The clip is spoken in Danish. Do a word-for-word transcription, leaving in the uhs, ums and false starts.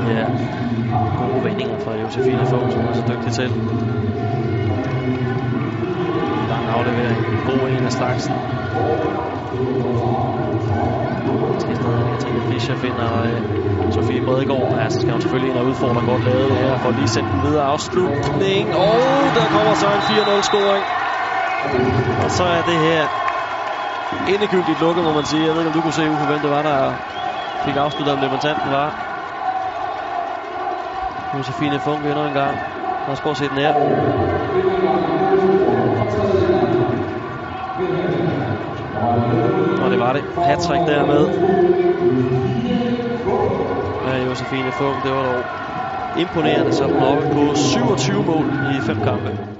her gode vendinger fra Josefine Funk, som er så dygtig til. Lang aflevering. God en af slagsen. Skal stadig Katrine Fischer finder øh, Sofie Bredegaard. Ja, så skal hun selvfølgelig ind og udfordre godt lavet det her, for lige sendt den videre afslutning. Og der kommer så en fire nul scoring. Og så er det her endegyldigt lukket, må man sige. Jeg ved ikke, om du kunne se, Uffe, hvem det var, der fik afsluttet, om debutanten var. Josefine Funk endnu en gang. Lad os prøve at se den her. Og det var det. Hattrick dermed. Ja, Josefine Funk, det var dog imponerende, så den oppe på syvogtyve mål i fem kampe.